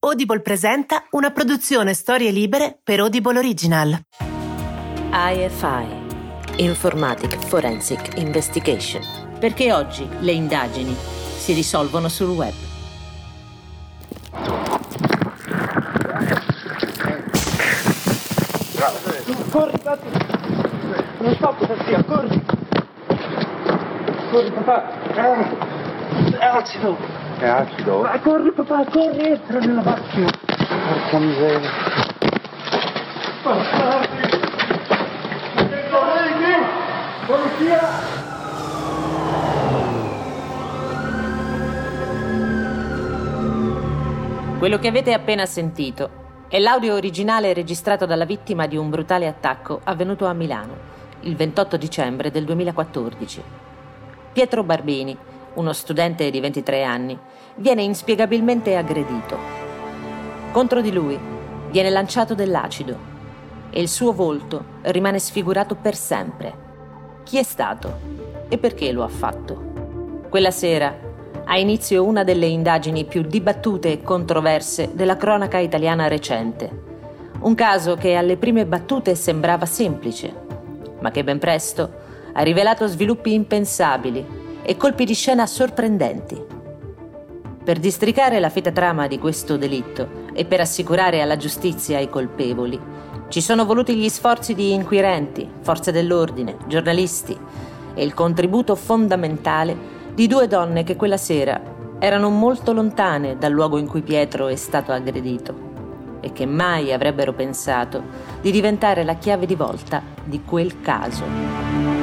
Audible presenta una produzione storie libere per Audible Original. IFI, Informatic Forensic Investigation. Perché oggi le indagini si risolvono sul web. Corri, Tati! Non so cosa sia, corri! Corri, papà! È acido! È acido? Ma corri, papà, corri, entra nella macchina! Porca miseria! Corri! Polizia! Quello che avete appena sentito è l'audio originale registrato dalla vittima di un brutale attacco avvenuto a Milano il 28 dicembre del 2014. Pietro Barbini, uno studente di 23 anni, viene inspiegabilmente aggredito. Contro di lui viene lanciato dell'acido e il suo volto rimane sfigurato per sempre. Chi è stato e perché lo ha fatto? Quella sera ha inizio una delle indagini più dibattute e controverse della cronaca italiana recente. Un caso che alle prime battute sembrava semplice, ma che ben presto ha rivelato sviluppi impensabili e colpi di scena sorprendenti. Per districare la fetta trama di questo delitto e per assicurare alla giustizia i colpevoli, ci sono voluti gli sforzi di inquirenti, forze dell'ordine, giornalisti e il contributo fondamentale di due donne che quella sera erano molto lontane dal luogo in cui Pietro è stato aggredito e che mai avrebbero pensato di diventare la chiave di volta di quel caso.